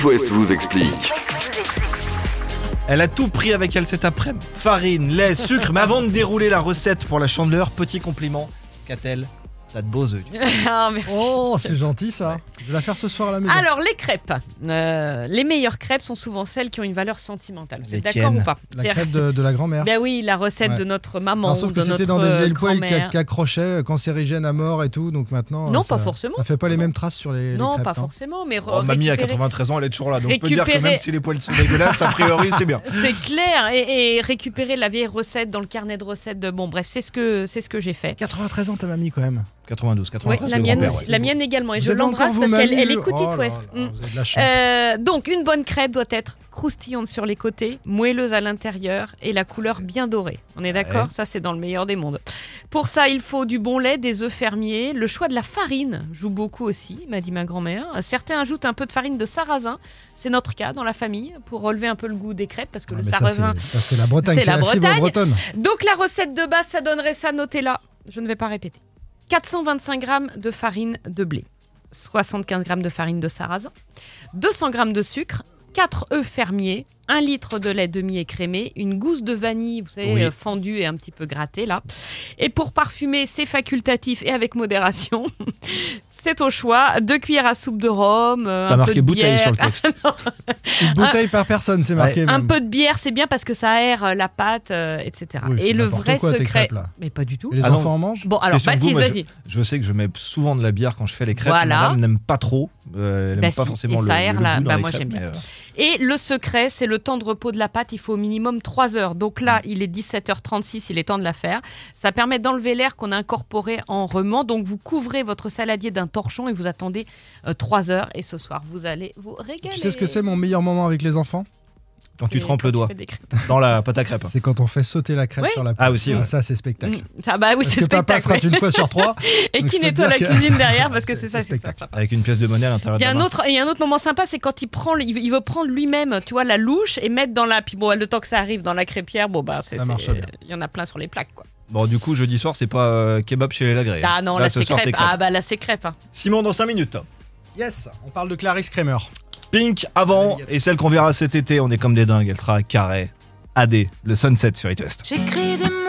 It West vous explique. Elle a tout pris avec elle cet après-midi. Farine, lait, sucre. Mais avant de dérouler la recette pour la chandeleur, petit compliment. Qu'a-t-elle? T'as de beaux œufs. Tu sais. Ah, merci. Oh, c'est gentil ça. Je vais la faire ce soir à la maison. Alors, les crêpes. Les meilleures crêpes sont souvent celles qui ont une valeur sentimentale. Vous êtes Les d'accord tiennes. ou pas? La crêpe de la grand-mère. Ben oui, la recette Ouais. de notre maman, Alors, sauf que de c'était notre dans des vieilles poêles grand-mère. qui accrochaient, cancérigènes à mort et tout. Donc maintenant. Non, ça, pas forcément. Ça fait pas les mêmes traces sur les Non, crêpes, pas hein. forcément, mais Oh, mamie à 93 ans, elle est toujours là. Donc je peux dire que même si les poils sont dégueulasses, a priori c'est bien. C'est clair, et récupérer la vieille recette dans le carnet de recettes. Bon, bref, c'est ce que j'ai fait. 93 ans ta mamie quand même. 92, Oui, 93. la le mienne, grand-père, aussi, ouais. la mienne également, et Vous je avez l'embrasse encore parce vos qu'elle mamies, écoute oh It là West. là, vous avez de la chance. Donc, une bonne crêpe doit être croustillante sur les côtés, moelleuse à l'intérieur et la couleur bien dorée. On est d'accord? Ça, c'est dans le meilleur des mondes. Pour ça, il faut du bon lait, des œufs fermiers. Le choix de la farine joue beaucoup aussi, m'a dit ma grand-mère. Certains ajoutent un peu de farine de sarrasin. C'est notre cas dans la famille, pour relever un peu le goût des crêpes, parce que Ah, le mais ça, sarrasin... c'est la Bretagne, c'est c'est la la fibre Bretagne. bretonne. Donc, la recette de base, ça donnerait ça, notez là. Je ne vais pas répéter. 425 g de farine de blé, 75 g de farine de sarrasin, 200 g de sucre, 4 œufs fermiers, 1 litre de lait demi-écrémé, une gousse de vanille, vous savez, Oui. fondue et un petit peu grattée là. Et pour parfumer, c'est facultatif et avec modération. C'est au choix. 2 cuillères à soupe de rhum, T'as un peu marqué de bouteille bière. sur le texte. Une bouteille par personne, c'est marqué. Un même. peu de bière, c'est bien parce que ça aère la pâte, etc. Oui, et c'est le n'importe vrai quoi, tes secret... crêpes, là. Mais pas du tout. Et les Ah non. enfants en mangent. Bon, alors Question de goût, Baptiste, moi, vas-y. Je sais que je mets souvent de la bière quand je fais les crêpes. Voilà. Madame n'aime pas trop. Elle Bah n'aime pas si, forcément et le, ça aère le la- goût dans bah les moi, crêpes, j'aime bien. mais, Et le secret, c'est le temps de repos de la pâte. Il faut au minimum 3 heures. Donc là, il est 17h36, il est temps de la faire. Ça permet d'enlever l'air qu'on a incorporé en remant. Donc vous couvrez votre saladier d'un torchon et vous attendez 3 heures. Et ce soir, vous allez vous régaler. Tu sais ce que c'est mon meilleur moment avec les enfants? Quand tu trempes le Quand tu doigt fais des crêpes. dans la pâte à crêpes. C'est quand on fait sauter la crêpe Oui. sur la Ah, pâte. aussi, ouais. Ça, c'est spectacle. Ah bah oui, Parce c'est que papa se spectacle. rate une fois sur 3. Et donc qui je peux nettoie te la dire que- cuisine derrière parce que c'est ça, C'est c'est ça. spectacle. Avec une pièce de monnaie à l'intérieur Il y de a la main. il y a un autre moment sympa, c'est quand il veut prendre lui-même, tu vois, la louche et mettre dans la. Puis bon, le temps que ça arrive dans la crêpière, bon bah Ça marche bien. il y en a plein sur les plaques quoi. Bon, du coup, jeudi soir, c'est pas kebab chez les Lagré. Ah non, là ce c'est soir, crêpe. Ah bah là c'est crêpe. Hein. Simon, dans 5 minutes. Yes, on parle de Clarisse Kramer. Pink avant et celle qu'on verra cet été. On est comme des dingues. Elle sera carré. AD, le Sunset sur It West. J'écris des mots